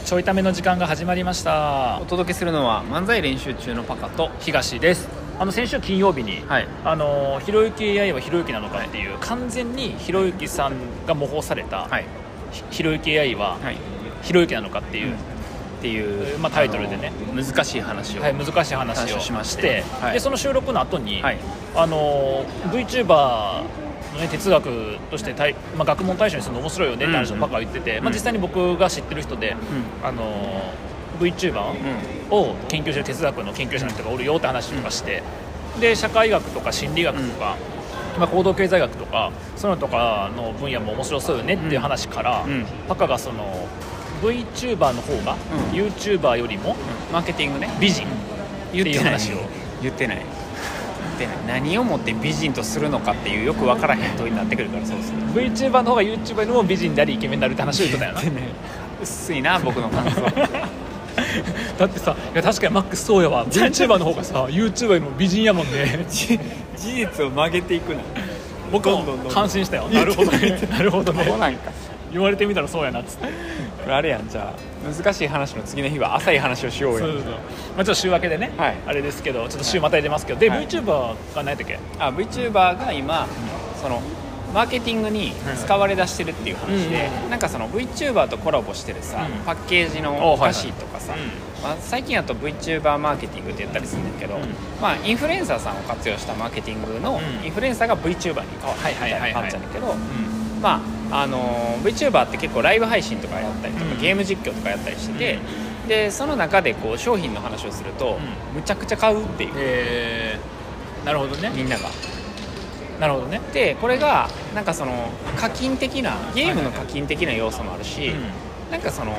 ちょいための時間が始まりました。 お届けするのは漫才練習中のパカと東です。先週金曜日に、 はい、 ひろゆき AI はひろゆきなのかっていう、完全にひろゆきさんが模倣された、 はい、 ひろゆき AI は、はい、ひろゆきなのかっていう、っていうタイトルでね、 難しい話を、 はい、難しい話をしまして、 はい、 でその収録の後に、はい、VTuberの、ね、哲学として、学問対象にするの面白いよねって話をパカが言ってて、実際に僕が知ってる人で、VTuber を研究してる哲学の研究者の人がおるよって話とかして、で社会学とか心理学とか、行動経済学とかそういうのとかの分野も面白そうよねっていう話から、パカがその VTuber の方が、YouTuber よりもマーケティングね、 美人っていう話を言ってない何をもって美人とするのかっていうよく分からへん問いになってくるから、そうする VTuber の方が YouTuber よりも美人でありイケメンになるって話を言ってたよな。 薄いな僕の感想だってさ、いや確かにマックスそうやわ、 VTuber の方がさYouTuber よりも美人やもんね事実を曲げていくな。 僕も感心したよ。なるほどねなるほどね、 なんか言われてみたらそうやなっつって。 これあれやん、じゃあ難しい話の次の日は浅い話をしようよ。 そう、ちょっと週明けでね、はい、あれですけどちょっと週またいでますけど、で、はい、VTuber が何やったっけ。 VTuber が今、そのマーケティングに使われ出してるっていう話で、なんかその VTuber とコラボしてるさ、パッケージのお菓子とかさ、最近だと VTuber マーケティングって言ったりするんだけど、インフルエンサーさんを活用したマーケティングのインフルエンサーが VTuber に変わったみたいな感じなんだけど、VTuber って結構ライブ配信とかやったりとか、ゲーム実況とかやったりしてて、でその中でこう商品の話をすると、むちゃくちゃ買うっていう、 なるほどね、 みんなが。 なるほどね。 でこれがなんかその課金的なゲームの課金的な要素もあるし、なんかその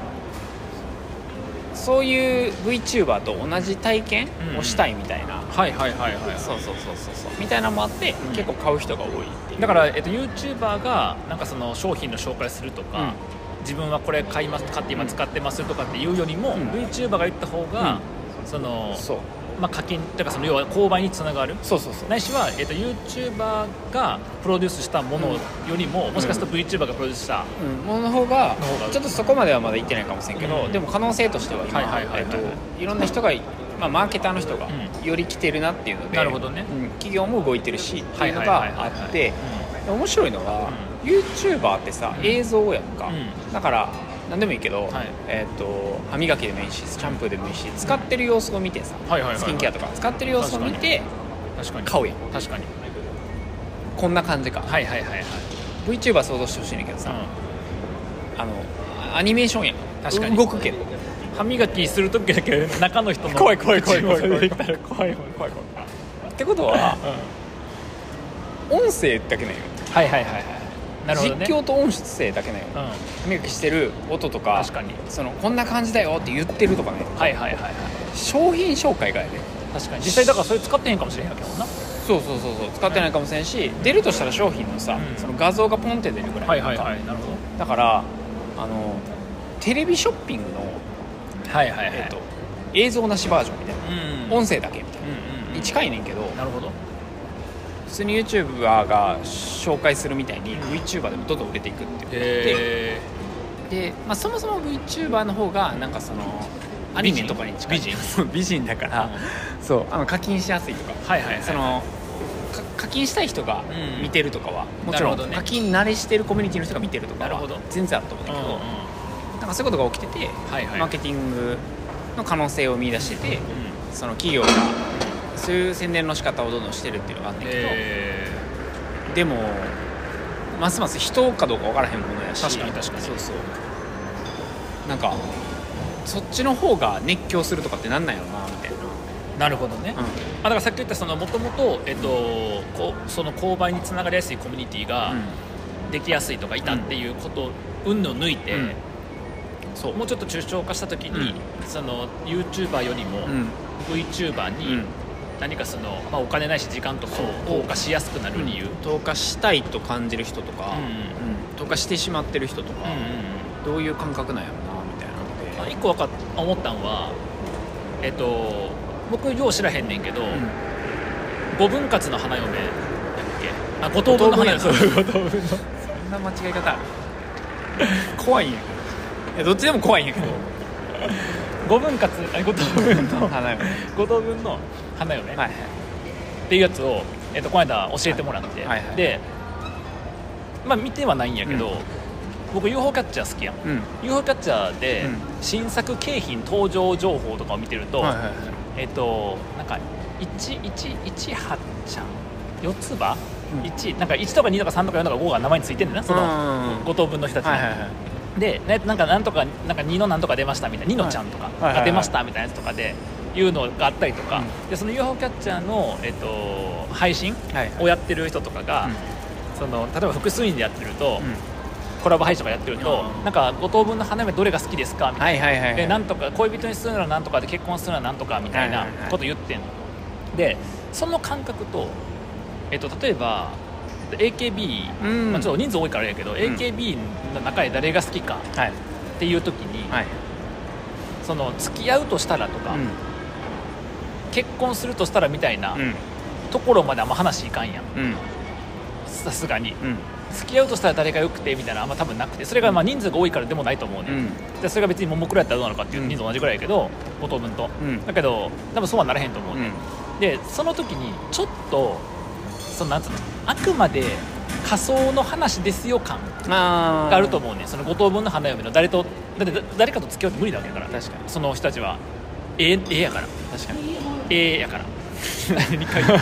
そういう VTuber と同じ体験をしたいみたいな、そうみたいなのもあって、結構買う人が多いっていう。 だから、YouTuber がなんかその商品の紹介するとか、自分はこれ買って今使ってますとかっていうよりも、VTuber が言った方が、その課金というか、その要は購買につながる。ないしは、YouTuber がプロデュースしたものよりも、もしかすると VTuber がプロデュースしたものの方がちょっとそこまではまだ言ってないかもしれんけど、でも可能性としては今、いろんな人が、マーケターの人がより来てるなっていうので、 なるほどね、 企業も動いてるしっていうのがあって、面白いのは、YouTuber ってさ、映像やんか、だから何でもいいけど、歯磨きでもいいしシャンプーでもいいし、使ってる様子を見てさ、スキンケアとか使ってる様子を見て買うやん。 確かにこんな感じか。VTuber 想像してほしいんだけどさ、アニメーションやん。 確かに動くけど歯磨きするときだけ中の人の怖い怖いってことは、音声だけなんよ。 なるほどね、 実況と音声だけなよ、歯磨きしてる音とか、 確かにそのこんな感じだよって言ってるとかね、商品紹介がやで。 確かに実際だからそれ使ってへんかもしれへんわけどな。 そう使ってないかもしれんし、出るとしたら商品のさ、その画像がポンって出るぐらい。 なるほど。 だからテレビショッピングの、映像なしバージョンみたいな、音声だけみたいな、に近いねんけど、 なるほど。 普通に YouTuber が紹介するみたいに VTuber でもどんどん売れていくっていうで、そもそも VTuber の方がなんかそのアニメとかに近い美人だから、課金しやすいとか、その課金したい人が見てるとかはもちろん、課金慣れしてるコミュニティの人が見てるとかは全然あると思うんだけど、なんかそういうことが起きてて、マーケティングの可能性を見出してて、その企業がそういう宣伝の仕方をどんどんしてるっていうのがあったけど、でもますます人かどうか分からへんものやし、 確かになんかそっちの方が熱狂するとかってなんなんやろなみたいな。 なるほどね、だからさっき言ったそのもともとその購買につながりやすいコミュニティができやすいとかいたっていうこと云々抜いて、もうちょっと抽象化した時に、その YouTuber よりも VTuber に何かその、お金ないし時間とかを投下しやすくなる理由、 投下したいと感じる人とか、投下してしまってる人とか、どういう感覚なんやろなみたいなので、 一個思ったのは、僕よう知らへんねんけど、五分割の花嫁だっけ、五等分の花嫁、 そんな間違い方怖いんやどっちでも怖いんやけど 5分割5等分の花嫁 5等分の花嫁、 はいはいっていうやつを、この間教えてもらって、 はいはい、 でまあ見てはないんやけど、僕 UFO キャッチャー好きやん、UFO キャッチャーで、新作景品登場情報とかを見てると、なんか1ちゃん4つ葉、1なんか1とか2とか3とか4とか5が名前についてんねんな、その5等分の人たちに、でなんかなんとかなんか2のなんとか出ましたみたいな、2のちゃんとかが出ましたみたいなやつとかでいうのがあったりとか、でその UFO キャッチャーの、配信をやってる人とかが、その例えば複数人でやってると、コラボ配信とかやってると、なんか5等分の花嫁どれが好きですかみたいな、でなんとか恋人にするならなんとかで結婚するならなんとかみたいなこと言ってんの、でその感覚と、例えば AKB、ちょっと人数多いからあれやけど、AKB の中で誰が好きかっていう時に、その付き合うとしたらとか、結婚するとしたらみたいなところまであんま話いかんやん、さすがに、付き合うとしたら誰がよくてみたいなあんま多分なくて、それがまあ人数が多いからでもないと思うね、でそれが別にももクロやったらどうなのかっていう人数同じぐらいやけど、5等分と、だけど多分そうはならへんと思うね、でその時にちょっとそのなんつうの、あくまで仮想の話ですよ感があると思うね、その5等分の花嫁の誰とだって誰かと付き合うって無理なわけだから、確かにその人たちはやから、確かにやから2回言う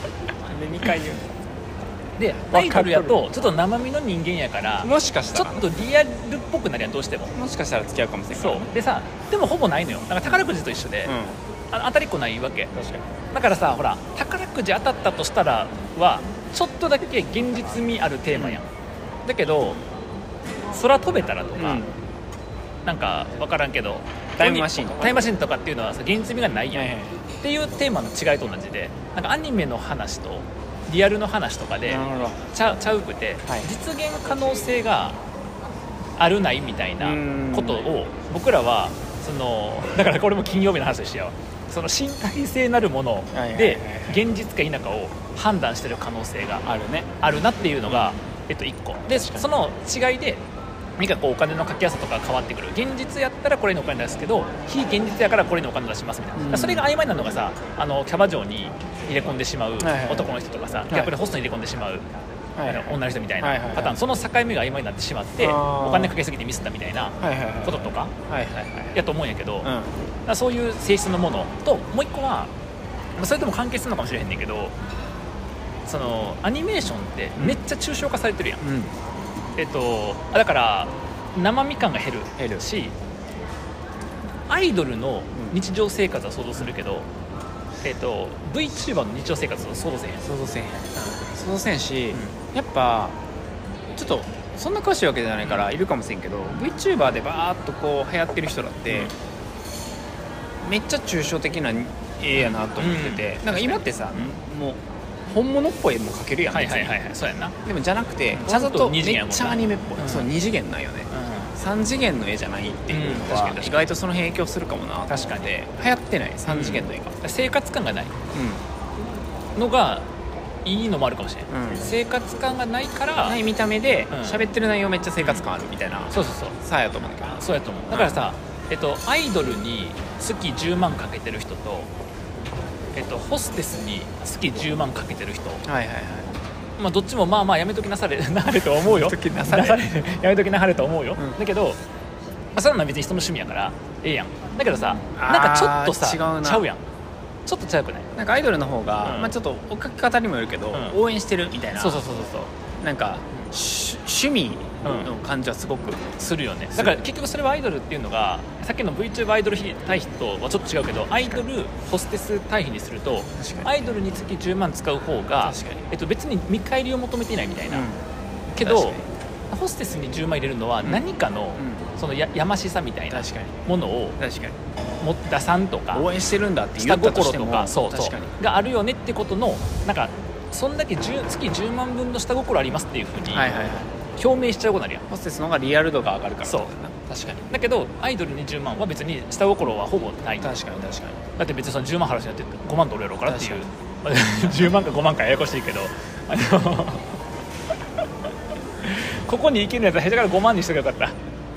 2回言うでアイドルやとちょっと生身の人間やから、 もしかしたらちょっとリアルっぽくなりゃどうしても、 もしかしたら付き合うかもしれない、 そうでさ、でもほぼないのよ、だから宝くじと一緒で、当たりっこないわけ、確かにだからさ、ほら宝くじ当たったとしたらはちょっとだけ現実味あるテーマやん、だけど空飛べたらとか、なんか分からんけどタイムマシンとかっていうのはさ現実味がないやん、っていうテーマの違いと同じで、なんかアニメの話とリアルの話とかでちゃうくて、実現可能性があるないみたいなことを僕らはそのだからこれも金曜日の話でしたよ、その身体性なるもので現実か否かを判断してる可能性があるなっていうのが、1個で、その違いで何かこうお金のかけやすさとか変わってくる、現実やったらこれにお金出すけど非現実やからこれにお金出しますみたいな、それが曖昧なのがさ、キャバ嬢に入れ込んでしまう男の人とかさ、逆にホストに入れ込んでしまう女の人みたいなパターン、その境目が曖昧になってしまってお金かけすぎてミスったみたいなこととかやと思うんやけど、そういう性質のものと、もう一個はそれとも関係するのかもしれへんねんけど、そのアニメーションってめっちゃ抽象化されてるやん、だから生身感が減るし、アイドルの日常生活は想像するけど、VTuber の日常生活は想像せへんし、やっぱちょっとそんな詳しいわけじゃないからいるかもしれんけど、 VTuber でバーッとこう流行ってる人だって、めっちゃ抽象的な絵やなと思ってて、なんか今ってさ、もう本物っぽい絵も描けるやん、 そうやな、 でもじゃなくてわざとめっちゃアニメっぽい、そう2次元なんよね、3次元の絵じゃないっていうのは意外とその辺影響するかもな。確かに流行ってない3次元の絵が、 生活感がないのがいいのもあるかもしれない、生活感がないからない見た目で喋ってる内容めっちゃ生活感あるみたいな、 そうさあやと思うんだけど、 そうやと思う。だからさ、アイドルに月10万かけてる人と、ホステスに月10万かけてる人、まあ、どっちもまあまあやめときなされと思うよやめときなはれと思うよ、だけど、まあ、それは別に人の趣味やからええやん。だけどさ、なんかちょっとさちゃうやん、ちょっとちゃうくない？ なんかアイドルの方が、まあ、ちょっとお書き方にもよるけど、応援してるみたいな、 そうなんか趣味の感じはすごくするよね。だから結局それはアイドルっていうのが、さっきの VTuber アイドル対比とはちょっと違うけど、アイドルホステス対比にすると、アイドルに月10万使う方が、別に見返りを求めていないみたいな、けどホステスに10万入れるのは何かの、そのやましさみたいなものを出さんとか応援してるんだって言ったとしても、 下心とかがあるよねってことの、なんかそんだけ月10万分の下心ありますっていうふうに表明しちゃうことになるやん。 ホステスの方がリアル度が上がるから。 そう、確かに。だけどアイドルに10万は別に下心はほぼない。 確かにだって別にその10万払う人やって5万取るやろうからっていう10万か5万かややこしいけどここに行けるやつはへしゃから5万にしとけばよかった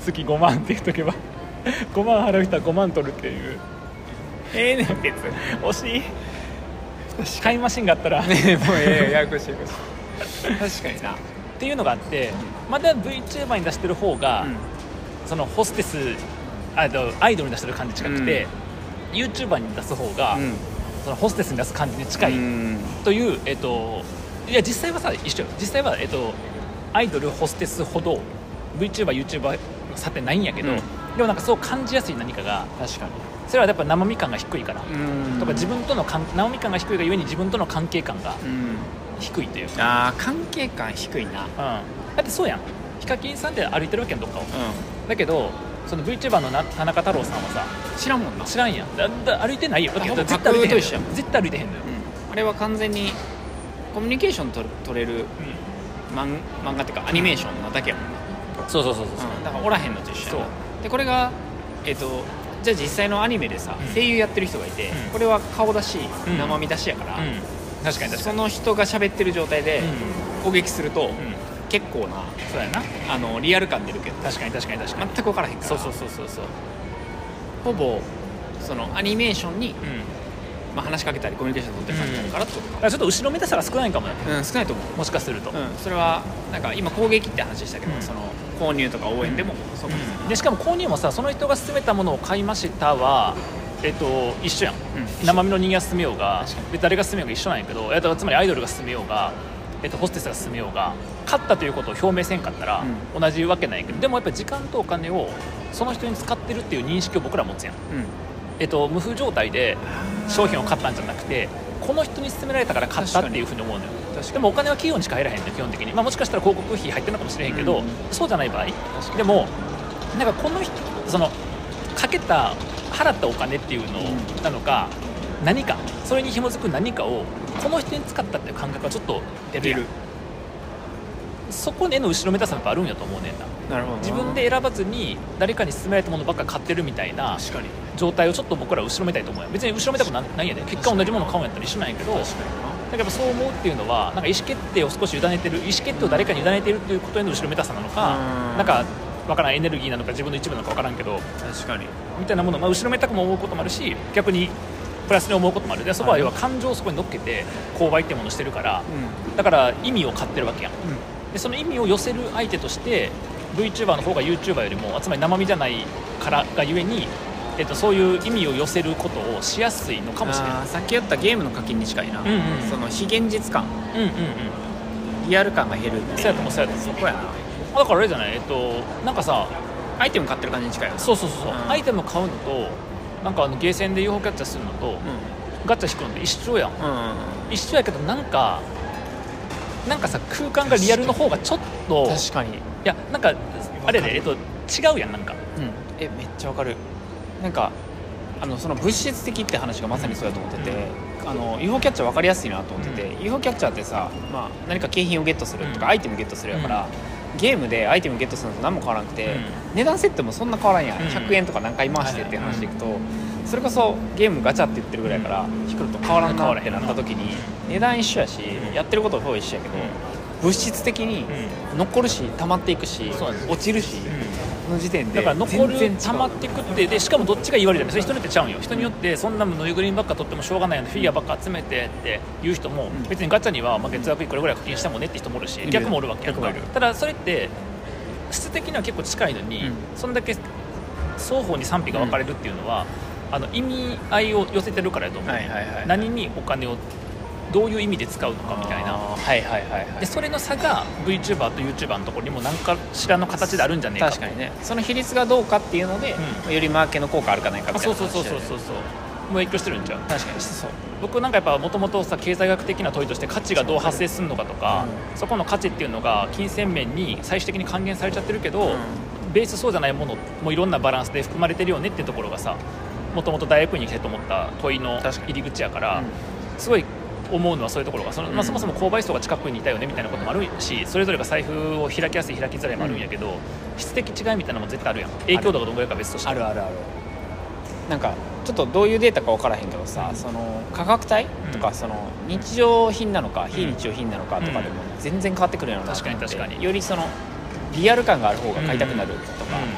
月5万って言っとけば5万払う人は5万取るっていう。 ねん別惜しい。タイムマシンがあったらねもうややこしい確かになっていうのがあって、まだ VTuber に出してる方が、そのホステスアイドルに出してる感じ近くて、YouTuber に出す方が、そのホステスに出す感じに近いという、いや実際はさ一緒よ。実際は、アイドルホステスほど VTuber、YouTuber の差ってないんやけど、でもなんかそう感じやすい何かが、 確かにそれはやっぱ生身感が低いからとか、自分との生身感が低いがゆえに自分との関係感が低いというか、 関係感低いな、 だってそうやん、ヒカキンさんって歩いてるわけやんどっかを、だけどその VTuber の田中太郎さんはさ知らんもんな。 知らんやん。歩いてないよ。だって絶対歩いてへんのよ。 絶対歩いてへんのよ、 あれは完全にコミュニケーション取れる、漫画っていうかアニメーションなだけやもんな。 そう、 だからおらへんのと一緒やな。でこれがじゃあ実際のアニメでさ、声優やってる人がいて、これは顔出し、生身出しやから、 確かにその人が喋ってる状態で攻撃すると、結構な、 そうやな、 リアル感出るけど、 確かに全く分からへんから、 そうほぼそのアニメーションに、話しかけたりコミュニケーション取ってる感じになるからってことか。 だからちょっと後ろめたさが少ないかもね。 少ないと思う。 もしかすると、 それはなんか今攻撃って話したけど、その購入とか応援でもそうかもしれない。 でしかも購入もさ、その人が勧めたものを買いましたは一緒やん、生身の人間が勧めようが誰が勧めようが一緒なんやけど、つまりアイドルが勧めようが、ホステスが勧めようが、勝ったということを表明せんかったら同じわけないけど、でもやっぱり時間とお金をその人に使ってるっていう認識を僕ら持つやん、無風状態で商品を買ったんじゃなくて、この人に勧められたから買ったっていうふうに思うのよ。でもお金は企業にしか入らへんのよ基本的に、もしかしたら広告費入ってるのかもしれへんけど、そうじゃない場合でもなんかこの人その払ったお金っていうのなのか、何かそれに紐づく何かをこの人に使ったっていう感覚がちょっと出る。そこでの後ろめたさがあるんやと思うねんな。 なるほど。 自分で選ばずに誰かに勧められたものばっか買ってるみたいな状態をちょっと僕ら後ろめたいと思うやん。別に後ろめたくないんやで、結果同じもの買うんやったら一緒なんやけど、だからそう思うっていうのはなんか意思決定を少し委ねてる、意思決定を誰かに委ねているということへの後ろめたさなのか、なんか分からんエネルギーなのか自分の一部なのか分からんけど、 確かにみたいなものを、後ろめたくも思うこともあるし、逆にプラスに思うこともある。でそこは要は感情をそこに乗っけて購買っていうものをしてるから、だから意味を買ってるわけやん、でその意味を寄せる相手として VTuber の方が YouTuber よりも、つまり生身じゃないからがゆえに、そういう意味を寄せることをしやすいのかもしれない。 さっき言ったゲームの課金に近いな、その非現実感、リアル感が減るって。 そうやと思う、そうやと思う。 そこやな。 だからあれじゃない、なんかさ、 アイテム買ってる感じに近いよね。 そう、アイテム買うのとなんかゲーセンで UFO キャッチャーするのと、ガチャ引くのって一緒やん、一緒やけどなんかさ空間がリアルの方がちょっと、 確かに、いやなんかあれで、違うやんなんか、 めっちゃわかる。なんかその物質的って話がまさにそうだと思ってて、UFO キャッチャー分かりやすいなと思ってて、UFO キャッチャーってさ、何か景品をゲットするとか、アイテムゲットするやから、ゲームでアイテムゲットするのと何も変わらなくて、値段設定もそんな変わらんやん、100円とか何回回してっていう話でいくと、それこそゲームガチャって言ってるぐらいから引くのと変わらんなってなった時に、値段一緒やし、やってることはほぼ一緒やけど、物質的に残るし溜まっていくし、落ちるし、の時点でだから残る溜まっていくって、でしかもどっちが言われるんですよ。人によってちゃうんよ。人によってそんなぬいぐるみばっか取ってもしょうがないのでフィギュアばっか集めてっていう人も、別にガチャには月額いくらぐらい課金したもんねって人もおるし、逆もおるわけやんか。ただそれって質的には結構近いのに、そんだけ双方に賛否が分かれるっていうのは、意味合いを寄せてるからやと思う、何にお金をどういう意味で使うのかみたいな、でそれの差が VTuber と YouTuber のところにも何かしらの形であるんじゃねえか。 確かにね、その比率がどうかっていうので、よりマーケの効果あるかないかみたいな話で、 そうもう影響してるんちゃう。 確かにそう。 僕なんかやっぱもともとさ、経済学的な問いとして価値がどう発生するのかとか、そこの価値っていうのが金銭面に最終的に還元されちゃってるけど、ベースそうじゃないものもいろんなバランスで含まれてるよねっていうところがさ、もともと大学院に来たいと思った問いの入り口やから、すごい思うのはそういうところがそもそも購買層が近くにいたよねみたいなこともあるし、それぞれが財布を開きやすい開きづらいもあるんやけど、質的違いみたいなのも絶対あるやん。影響度がどのぐらいか別として。 ある。なんかちょっとどういうデータか分からへんけどさ、その価格帯とか、その日常品なのか非日常品なのかとかでも全然変わってくるような。 確かによりそのリアル感がある方が買いたくなるとか、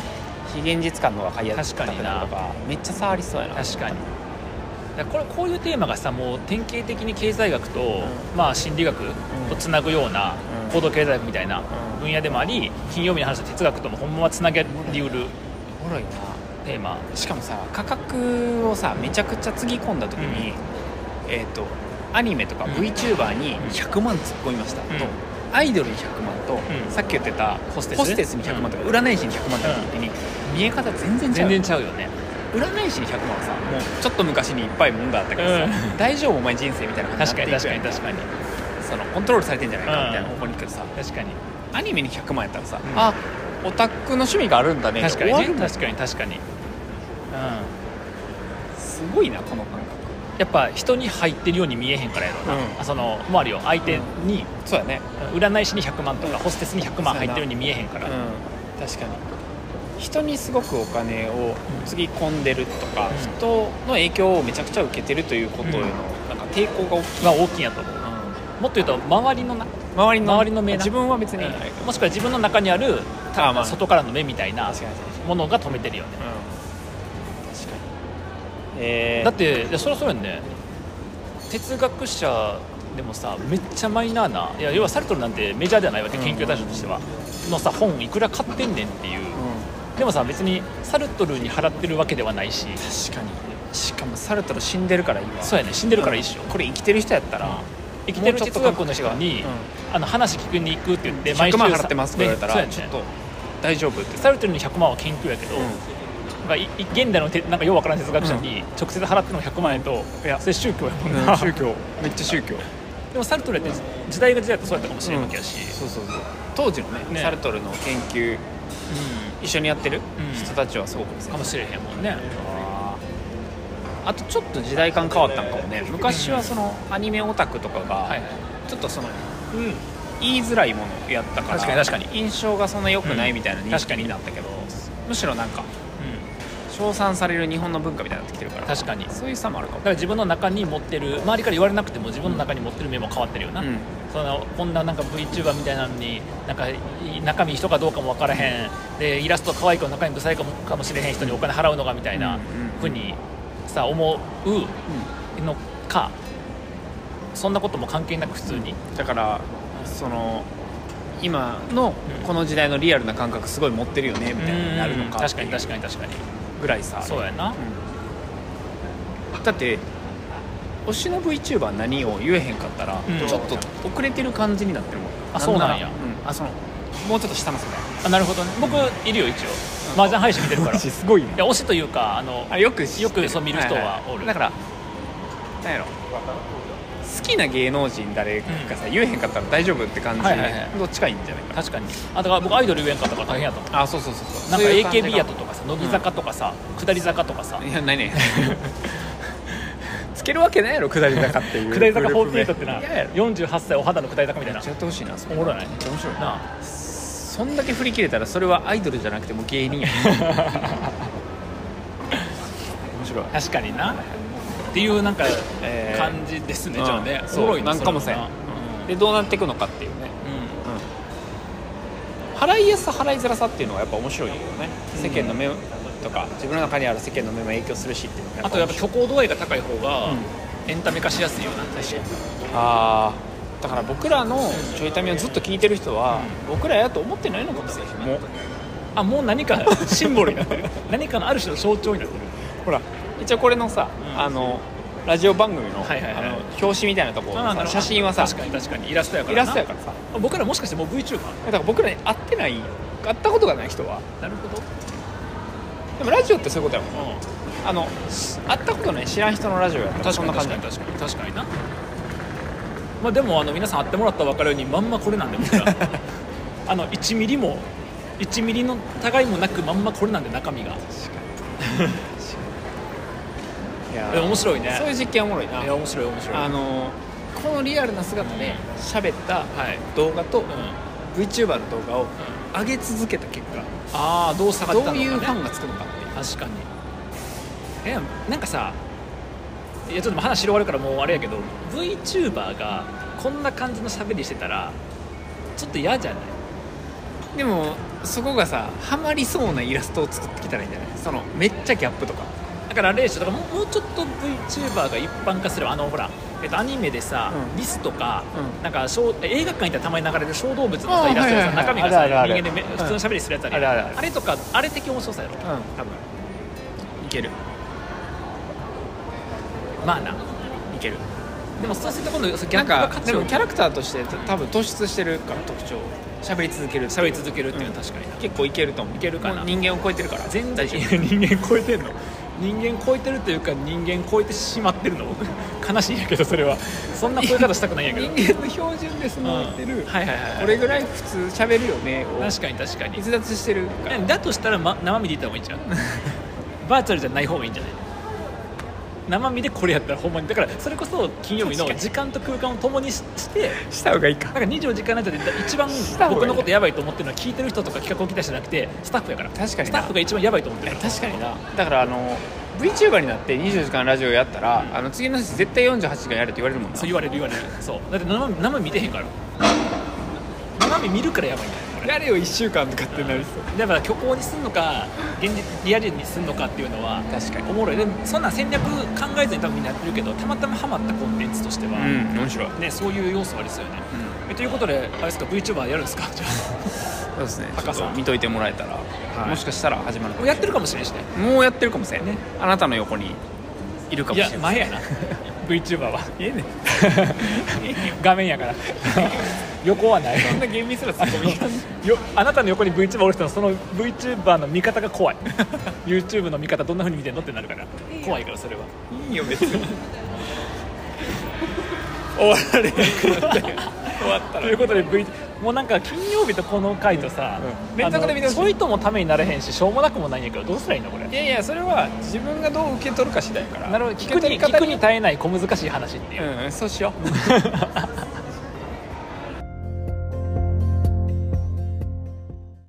非現実感の方が早かった確かになとかめっちゃ差ありそうやな。 確かに。だからこういうテーマがさもう典型的に経済学と、まあ、心理学とつなぐような行動経済学みたいな分野でもあり、金曜日に話した哲学ともほんまはつなげりうるおもろいなテーマ。 しかもさ価格をさめちゃくちゃつぎ込んだ時に、アニメとか VTuber に100万突っ込みましたと、アイドルに100万と、さっき言ってたホステスに100万とか、占い師に100万とか時に見え方全然ちゃうよね。占い師に100万はさもうちょっと昔にいっぱい問題あったからさ、大丈夫お前人生みたいな感じになっていくやん。 確かにそのコントロールされてんじゃないかみたいな方向に行くけどさ、 確かにアニメに100万やったらさ、あオタクの趣味があるんだね。 確かにね、確かに、 すごいなこの感覚。 やっぱ人に入ってるように見えへんからやろな、その周りを相手に、 そうやね、 占い師に100万とか、ホステスに100万入ってるように見えへんから、 確かに人にすごくお金をつぎ込んでるとか、人の影響をめちゃくちゃ受けてるということへのなんか抵抗が大きいんやと思う、もっと言うと周りの目な、自分は別に、もしくは自分の中にある外からの目みたいなものが止めてるよね。 確かに、 だってそりゃそうやんね。哲学者でもさめっちゃマイナーな、いや要はサルトルなんてメジャーではないわけ、研究対象としてはのさ本いくら買ってんねんっていう、でもさ別にサルトルに払ってるわけではないし。 確かに。しかもサルトル死んでるから今。 そうやね、死んでるから一緒。 これ生きてる人やったら、 生きてる哲学の人に、話聞きに行くって言って毎週 100万払ってますって言われたら、 ね、 ちょっと大丈夫って。 サルトルに100万は研究やけど、現代のなんかようわからん哲学者に直接払っての100万円と、それ宗教やもんな、 宗教めっちゃ宗教。 でもサルトルって時代が時代だとそうやったかもしれんわけやし、 そう当時のねサルトルの研究、一緒にやってる人たちはすごくかもしれへんもんね。 あとちょっと時代感変わったんかもね。昔はそのアニメオタクとかがちょっとその、言いづらいものやったから、 確かに印象がそんな良くないみたいな認識になったけど、むしろなんか、称賛される日本の文化みたいになってきてるから、 確かにそういう差もあるかも。 だから自分の中に持ってる、周りから言われなくても自分の中に持ってる目も変わってるよな、そのこんななんか VTuber みたいなのになんか中身人かどうかも分からへんで、イラスト可愛い子の中身ブサイかもしれへん人にお金払うのかみたいなふうにさ思うのか、そんなことも関係なく普通に、 だからその今のこの時代のリアルな感覚すごい持ってるよねみたいになるのか、 確かにぐらいさ。 そうやな、 だって推しの VTuber 何を言えへんかったら、ちょっと遅れてる感じになってるもん。 あ、そうなんや、 そのもうちょっと下の世代。 あ、なるほどね。僕いるよ一応、麻雀配信見てるからすごいね。 いや推しというかよくそう見る人はおる、 だからなんやろ、好きな芸能人誰かさ、言えへんかったら大丈夫って感じ、どっちかいいんじゃないかな。 確かに。だから僕アイドル言えんかったから大変やと思う。 あ、そうなんか AKB やとかさ、乃木坂とかさ、下り坂とかさ、 いやないねつけるわけないやろ下り坂っていう下り坂48ってな、48歳お肌の下り坂みたいな、 やってほしいな。 おもろない。 面白いな。そんだけ振り切れたらそれはアイドルじゃなくても芸人や面白い。 確かになっていうなんか感じですね。じゃあね、 そうなんかもせんでどうなっていくのかっていうね、払いやすさ払いづらさっていうのはやっぱ面白いよね。世間の目とか自分の中にある世間の目も影響するしっていうのが、 あとやっぱ虚構度合いが高い方がエンタメ化しやすいよな。確かに。 だから僕らのちょいためをずっと聞いてる人は、僕らやと思ってないのかもしれない。 もう何かシンボルになってる何かのある種の象徴になってる。 ほら一応これのさ、ラジオ番組の表紙みたいなところの写真はさ、 確かにイラストやからさ、僕らもしかしてもう VTuber？ だから僕らに会ったことがない人は。 なるほど。 でもラジオってそういうことやもん、会ったことない知らん人のラジオやったらそんな感じ。 確かにな。まあでも皆さん会ってもらったら分かるようにまんまこれなんで僕ら1ミリの互いもなくまんまこれなんで中身が。いや面白いね。 そういう実験おもろいな。 いや面白い。 このリアルな姿で喋った動画と VTuber の動画を上げ続けた結果、 どう下がったのかね、 どういうファンがつくのかっていう。 確かに。なんかさ、いやちょっと話広がるからもうあれやけど、 VTuber がこんな感じの喋りしてたらちょっと嫌じゃない？ でもそこがさハマりそうなイラストを作ってきたらいいんじゃない？そのめっちゃギャップとか。 だからあれでしょ、だからもうちょっと VTuber が一般化すればほら、アニメでさ、リスとか、なんか映画館行ったらたまに流れる小動物のさイラストでさ、中身がさ人間で普通の喋りするやつあるやん、あれとかあれ的面白さやろ、多分いける。 まあないける。でもそうすると今度ギャップがでもキャラクターとして多分突出してるから特徴喋り続けるっていうのは確かに結構いけると思う。 いけるかな。 人間を超えてるから全然人間超えてんの。人間超えてるというか人間超えてしまってるの悲しいんやけど、それはそんな超え方したくないんやけど人間の標準で備わってるこれぐらい普通喋るよねを確かに逸脱してるから。 だとしたら、生身でいった方がいいんじゃんバーチャルじゃない方がいいんじゃない？生身でこれやったらほんまにだからそれこそ金曜日の時間と空間を共にしてした方がいいか。 だから24時間なんて一番僕のことやばいと思ってるのは聞いてる人とか企画を聞いた人じゃなくてスタッフやから。 確かにスタッフが一番やばいと思ってる。 確かにな。だからVTuber になって24時間ラジオやったら、次の日絶対48時間やれって言われるもんな。 そう言われるそうだって生見てへんから生身見るからやばいんだよ。 やれよ1週間とかってなりそう。 だから虚構にすんのか現実リアルにすんのかっていうのは確かにおもろい。でそんな戦略考えずに多分みんなやってるけど、たまたまハマったコンテンツとしては、 面白いね、そういう要素ありそうよね、ということであれですか VTuber やるんですか？じゃあそうですね、ちょっと見といてもらえたら、もしかしたら始まるかもしれない。 やってるかもしれないしね。 もうやってるかもしれないね。あなたの横にいるかもしれない。 いや前やなVTuber はね画面やから横はない。 そんな厳密なツッコミあなたの横に VTuber おる人のその VTuber の見方が怖いYouTube の見方どんな風に見てんのってなるから怖いから、それはいいよ別に終わられへんくなったよ終わったらということで、もうなんか金曜日とこの回とさ、 連続で見てほしい。 そういう人もためになれへんししょうもなくもないんやけど、どうすりゃいいのこれ。 いやそれは自分がどう受け取るか次第やから。 なるほど。聞くに耐えない小難しい話っていう、 そうしよう